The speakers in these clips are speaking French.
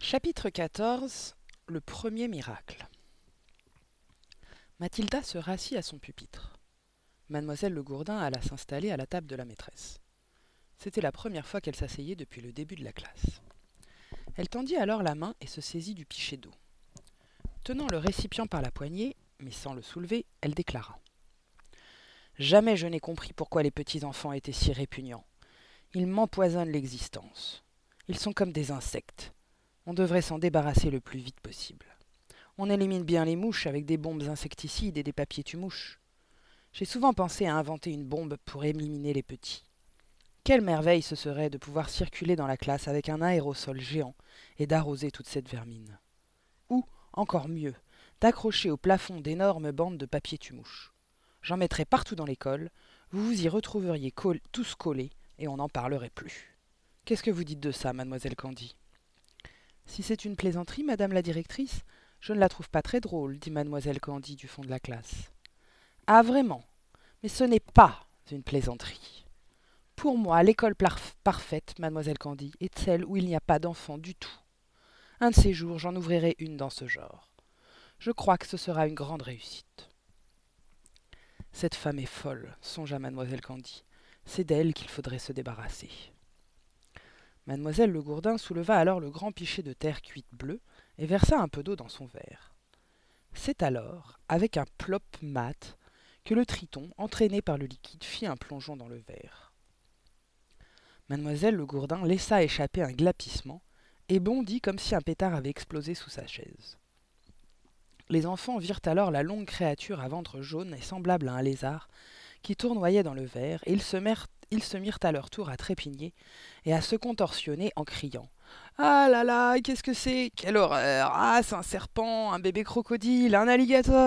Chapitre 14. Le premier miracle. Mathilda se rassit à son pupitre. Mademoiselle Le Gourdin alla s'installer à la table de la maîtresse. C'était la première fois qu'elle s'asseyait depuis le début de la classe. Elle tendit alors la main et se saisit du pichet d'eau. Tenant le récipient par la poignée, mais sans le soulever, elle déclara. Jamais je n'ai compris pourquoi les petits enfants étaient si répugnants. Ils m'empoisonnent l'existence. Ils sont comme des insectes. On devrait s'en débarrasser le plus vite possible. On élimine bien les mouches avec des bombes insecticides et des papiers tue-mouches. J'ai souvent pensé à inventer une bombe pour éliminer les petits. Quelle merveille ce serait de pouvoir circuler dans la classe avec un aérosol géant et d'arroser toute cette vermine. Ou, encore mieux, d'accrocher au plafond d'énormes bandes de papier tue-mouche. J'en mettrais partout dans l'école, vous vous y retrouveriez tous collés et on n'en parlerait plus. Qu'est-ce que vous dites de ça, mademoiselle Candy ? Si c'est une plaisanterie, madame la directrice, je ne la trouve pas très drôle, dit mademoiselle Candy du fond de la classe. Ah vraiment, mais ce n'est pas une plaisanterie. Pour moi, l'école parfaite, mademoiselle Candy, est celle où il n'y a pas d'enfants du tout. Un de ces jours, j'en ouvrirai une dans ce genre. Je crois que ce sera une grande réussite. Cette femme est folle, songea mademoiselle Candy. C'est d'elle qu'il faudrait se débarrasser. Mademoiselle Le Gourdin souleva alors le grand pichet de terre cuite bleue et versa un peu d'eau dans son verre. C'est alors, avec un plop mat, que le triton, entraîné par le liquide, fit un plongeon dans le verre. Mademoiselle Le Gourdin laissa échapper un glapissement et bondit comme si un pétard avait explosé sous sa chaise. Les enfants virent alors la longue créature à ventre jaune et semblable à un lézard qui tournoyait dans le verre, et ils se mirent à leur tour à trépigner et à se contorsionner en criant « Ah là là, qu'est-ce que c'est? Quelle horreur! Ah, c'est un serpent, un bébé crocodile, un alligator !»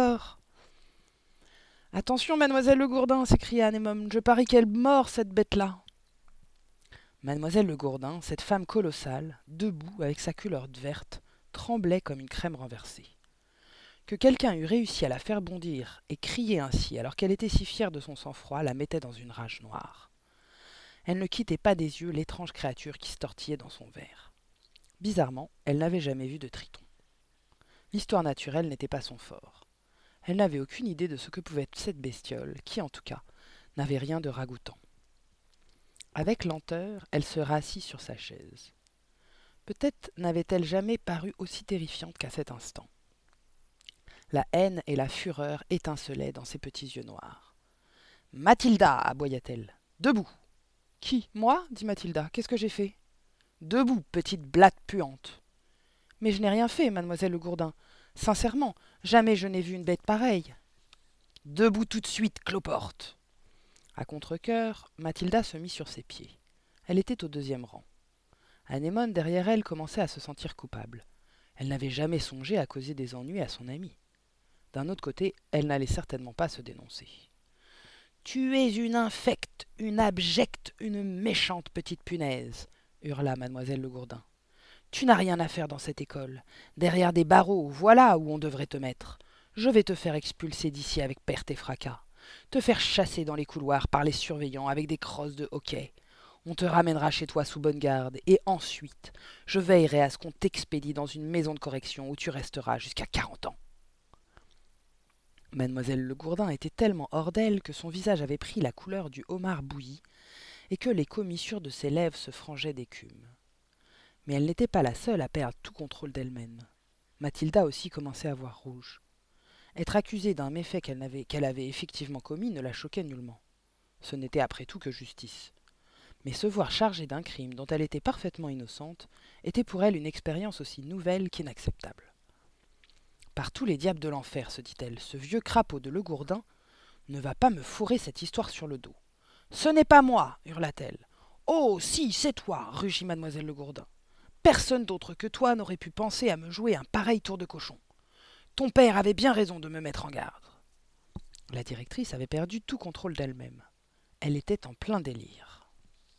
« Attention, mademoiselle Le Gourdin !» s'écria Anémone, « je parie qu'elle mord, cette bête-là !» Mademoiselle Le Gourdin, cette femme colossale, debout avec sa culotte verte, tremblait comme une crème renversée. Que quelqu'un eût réussi à la faire bondir et crier ainsi alors qu'elle était si fière de son sang-froid la mettait dans une rage noire. Elle ne quittait pas des yeux l'étrange créature qui se tortillait dans son verre. Bizarrement, elle n'avait jamais vu de triton. L'histoire naturelle n'était pas son fort. Elle n'avait aucune idée de ce que pouvait être cette bestiole, qui, en tout cas, n'avait rien de ragoûtant. Avec lenteur, elle se rassit sur sa chaise. Peut-être n'avait-elle jamais paru aussi terrifiante qu'à cet instant. La haine et la fureur étincelaient dans ses petits yeux noirs. « Mathilda !» aboya-t-elle. « Debout !»« Qui, moi ?» dit Mathilda. « Qu'est-ce que j'ai fait ?»« Debout, petite blatte puante !»« Mais je n'ai rien fait, mademoiselle Le Gourdin. Sincèrement, jamais je n'ai vu une bête pareille. »« Debout tout de suite, cloporte !» À contre-cœur, Mathilda se mit sur ses pieds. Elle était au deuxième rang. Anémone, derrière elle, commençait à se sentir coupable. Elle n'avait jamais songé à causer des ennuis à son amie. D'un autre côté, elle n'allait certainement pas se dénoncer. « Tu es une infecte, une abjecte, une méchante petite punaise !» hurla mademoiselle Le Gourdin. « Tu n'as rien à faire dans cette école. Derrière des barreaux, voilà où on devrait te mettre. Je vais te faire expulser d'ici avec perte et fracas. Te faire chasser dans les couloirs par les surveillants avec des crosses de hockey. On te ramènera chez toi sous bonne garde, et ensuite, je veillerai à ce qu'on t'expédie dans une maison de correction où tu resteras jusqu'à 40 ans. » Mademoiselle Le Gourdin était tellement hors d'elle que son visage avait pris la couleur du homard bouilli et que les commissures de ses lèvres se frangeaient d'écume. Mais elle n'était pas la seule à perdre tout contrôle d'elle-même. Mathilda aussi commençait à voir rouge. Être accusée d'un méfait qu'elle avait effectivement commis ne la choquait nullement. Ce n'était après tout que justice. Mais se voir chargée d'un crime dont elle était parfaitement innocente était pour elle une expérience aussi nouvelle qu'inacceptable. Par tous les diables de l'enfer, se dit-elle, ce vieux crapaud de Le Gourdin ne va pas me fourrer cette histoire sur le dos. Ce n'est pas moi, hurla-t-elle. Oh, si, c'est toi, rugit mademoiselle Le Gourdin. Personne d'autre que toi n'aurait pu penser à me jouer un pareil tour de cochon. Ton père avait bien raison de me mettre en garde. La directrice avait perdu tout contrôle d'elle-même. Elle était en plein délire.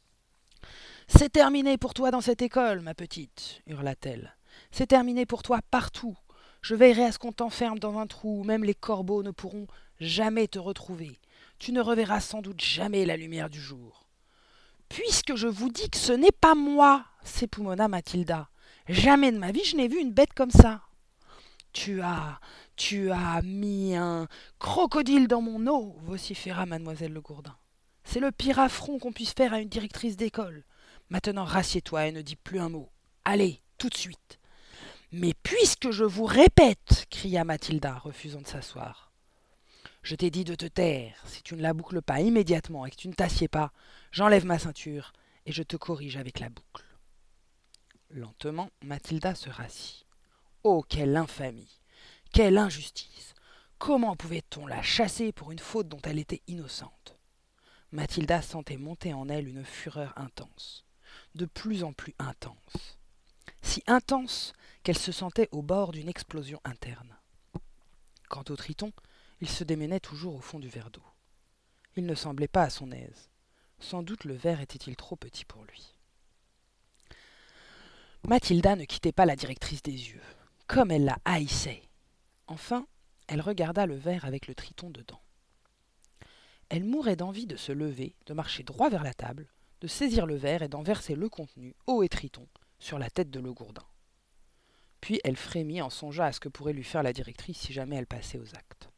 C'est terminé pour toi dans cette école, ma petite, hurla-t-elle. C'est terminé pour toi partout. Je veillerai à ce qu'on t'enferme dans un trou où même les corbeaux ne pourront jamais te retrouver. Tu ne reverras sans doute jamais la lumière du jour. « Puisque je vous dis que ce n'est pas moi !» s'époumonna Mathilda. Jamais de ma vie je n'ai vu une bête comme ça. Tu as, tu as mis un crocodile dans mon eau, vociféra mademoiselle Le Gourdin. C'est le pire affront qu'on puisse faire à une directrice d'école. Maintenant rassieds-toi et ne dis plus un mot. Allez, tout de suite. Mais puisque je vous répète, cria Mathilda, refusant de s'asseoir. Je t'ai dit de te taire. Si tu ne la boucles pas immédiatement et que tu ne t'assieds pas, j'enlève ma ceinture et je te corrige avec la boucle. Lentement, Mathilda se rassit. Oh, quelle infamie! Quelle injustice! Comment pouvait-on la chasser pour une faute dont elle était innocente? Mathilda sentait monter en elle une fureur intense, de plus en plus intense, si intense qu'elle se sentait au bord d'une explosion interne. Quant au Triton, il se démenait toujours au fond du verre d'eau. Il ne semblait pas à son aise. Sans doute le verre était-il trop petit pour lui. Mathilda ne quittait pas la directrice des yeux, comme elle la haïssait. Enfin, elle regarda le verre avec le Triton dedans. Elle mourait d'envie de se lever, de marcher droit vers la table, de saisir le verre et d'en verser le contenu, eau et Triton, sur la tête de Le Gourdin. Puis elle frémit en songeant à ce que pourrait lui faire la directrice si jamais elle passait aux actes.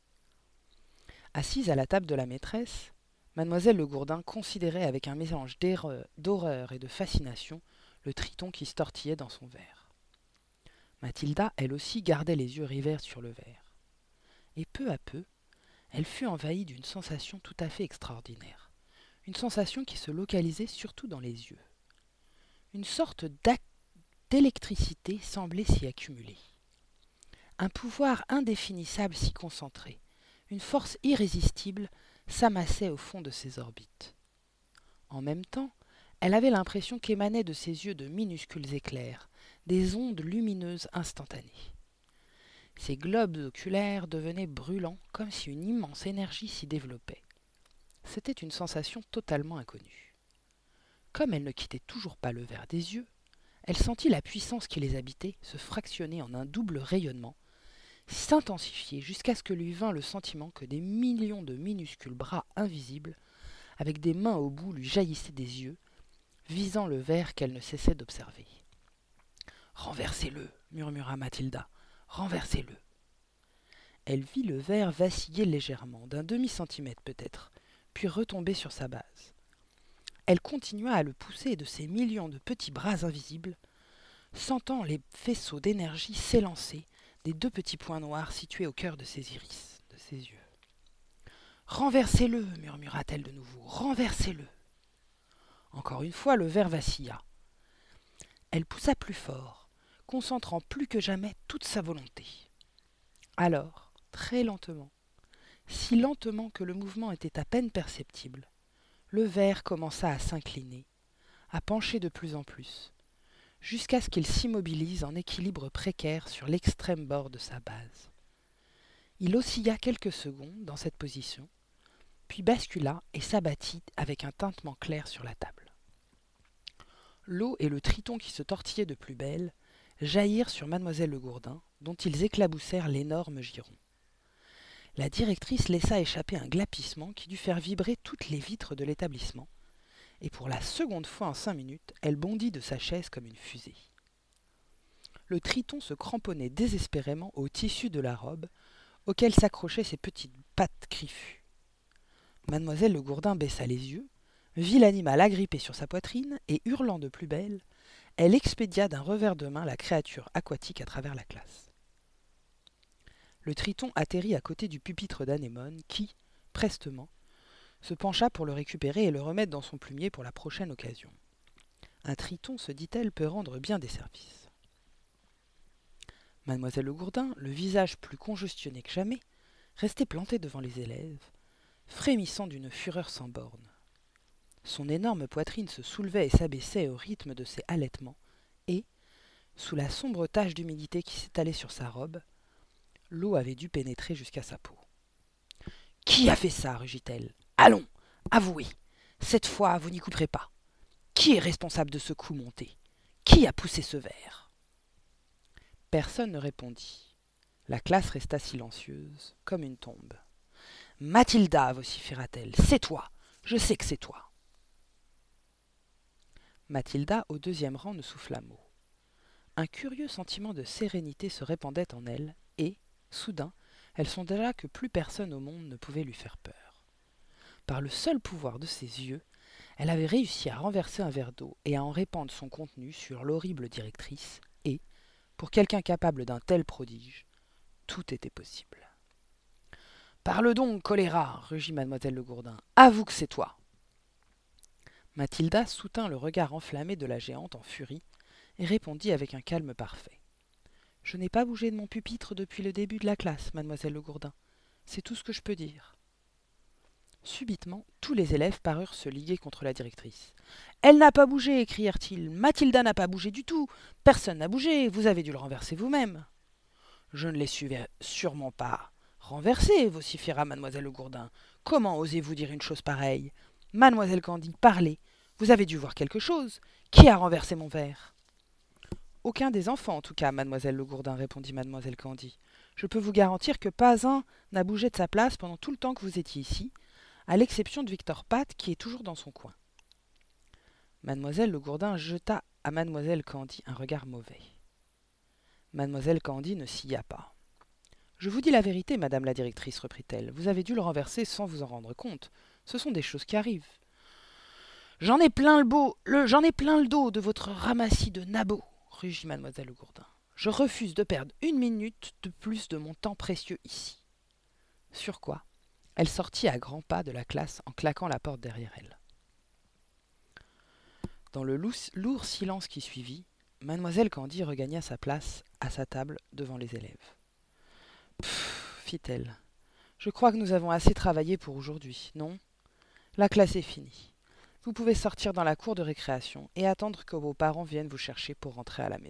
Assise à la table de la maîtresse, mademoiselle Le Gourdin considérait avec un mélange d'horreur et de fascination le Triton qui se tortillait dans son verre. Mathilda, elle aussi, gardait les yeux rivés sur le verre. Et peu à peu, elle fut envahie d'une sensation tout à fait extraordinaire, une sensation qui se localisait surtout dans les yeux. Une sorte d'électricité semblait s'y accumuler. Un pouvoir indéfinissable s'y concentrait, une force irrésistible s'amassait au fond de ses orbites. En même temps, elle avait l'impression qu'émanaient de ses yeux de minuscules éclairs, des ondes lumineuses instantanées. Ses globes oculaires devenaient brûlants comme si une immense énergie s'y développait. C'était une sensation totalement inconnue. Comme elle ne quittait toujours pas le verre des yeux, elle sentit la puissance qui les habitait se fractionner en un double rayonnement, s'intensifier jusqu'à ce que lui vînt le sentiment que des millions de minuscules bras invisibles, avec des mains au bout, lui jaillissaient des yeux, visant le verre qu'elle ne cessait d'observer. « Renversez-le » murmura Mathilda. « Renversez-le » Elle vit le verre vaciller légèrement, d'un demi-centimètre peut-être, puis retomber sur sa base. Elle continua à le pousser de ses millions de petits bras invisibles, sentant les faisceaux d'énergie s'élancer des deux petits points noirs situés au cœur de ses iris, de ses yeux. « Renversez-le » murmura-t-elle de nouveau. « Renversez-le » Encore une fois, le verre vacilla. Elle poussa plus fort, concentrant plus que jamais toute sa volonté. Alors, très lentement, si lentement que le mouvement était à peine perceptible, le verre commença à s'incliner, à pencher de plus en plus, jusqu'à ce qu'il s'immobilise en équilibre précaire sur l'extrême bord de sa base. Il oscilla quelques secondes dans cette position, puis bascula et s'abattit avec un tintement clair sur la table. L'eau et le Triton qui se tortillaient de plus belle jaillirent sur mademoiselle Le Gourdin, dont ils éclaboussèrent l'énorme giron. La directrice laissa échapper un glapissement qui dut faire vibrer toutes les vitres de l'établissement, et pour la seconde fois en 5 minutes, elle bondit de sa chaise comme une fusée. Le Triton se cramponnait désespérément au tissu de la robe, auquel s'accrochaient ses petites pattes griffues. Mademoiselle Le Gourdin baissa les yeux, vit l'animal agrippé sur sa poitrine, et hurlant de plus belle, elle expédia d'un revers de main la créature aquatique à travers la classe. Le Triton atterrit à côté du pupitre d'Anémone qui, prestement, se pencha pour le récupérer et le remettre dans son plumier pour la prochaine occasion. Un Triton, se dit-elle, peut rendre bien des services. Mademoiselle Le Gourdin, le visage plus congestionné que jamais, restait plantée devant les élèves, frémissant d'une fureur sans borne. Son énorme poitrine se soulevait et s'abaissait au rythme de ses halètements, et, sous la sombre tache d'humidité qui s'étalait sur sa robe, l'eau avait dû pénétrer jusqu'à sa peau. « Qui a fait ça ?» rugit-elle. « Allons, avouez, cette fois vous n'y couperez pas. Qui est responsable de ce coup monté? Qui a poussé ce verre ?» Personne ne répondit. La classe resta silencieuse, comme une tombe. « Mathilda, vociféra-t-elle, c'est toi, je sais que c'est toi. » Mathilda, au deuxième rang, ne souffla mot. Un curieux sentiment de sérénité se répandait en elle, et, soudain, elle songea que plus personne au monde ne pouvait lui faire peur. Par le seul pouvoir de ses yeux, elle avait réussi à renverser un verre d'eau et à en répandre son contenu sur l'horrible directrice, et, pour quelqu'un capable d'un tel prodige, tout était possible. « Parle donc, choléra !» rugit mademoiselle Le Gourdin. « Avoue que c'est toi !» Mathilda soutint le regard enflammé de la géante en furie et répondit avec un calme parfait. « Je n'ai pas bougé de mon pupitre depuis le début de la classe, mademoiselle Le Gourdin. C'est tout ce que je peux dire. » Subitement, tous les élèves parurent se liguer contre la directrice. « Elle n'a pas bougé !» crièrent-ils. « Mathilda n'a pas bougé du tout. Personne n'a bougé. Vous avez dû le renverser vous-même. »« Je ne l'ai sûrement pas renversé, vociféra mademoiselle Le Gourdin. « Comment osez-vous dire une chose pareille ? Mademoiselle Candy, parlez. Vous avez dû voir quelque chose. Qui a renversé mon verre ?»« Aucun des enfants, en tout cas, mademoiselle Le Gourdin, répondit mademoiselle Candy. Je peux vous garantir que pas un n'a bougé de sa place pendant tout le temps que vous étiez ici, à l'exception de Victor Pat, qui est toujours dans son coin. » Mademoiselle Le Gourdin jeta à mademoiselle Candy un regard mauvais. Mademoiselle Candy ne sia pas. « Je vous dis la vérité, madame la directrice, reprit-elle. Vous avez dû le renverser sans vous en rendre compte. Ce sont des choses qui arrivent. J'en ai plein le dos de votre ramassis de nabots, rugit mademoiselle Le Gourdin. Je refuse de perdre une minute de plus de mon temps précieux ici. Sur quoi, elle sortit à grands pas de la classe en claquant la porte derrière elle. Dans le lourd silence qui suivit, mademoiselle Candy regagna sa place à sa table devant les élèves. « Pfff, fit-elle, je crois que nous avons assez travaillé pour aujourd'hui, non ? La classe est finie. Vous pouvez sortir dans la cour de récréation et attendre que vos parents viennent vous chercher pour rentrer à la maison. »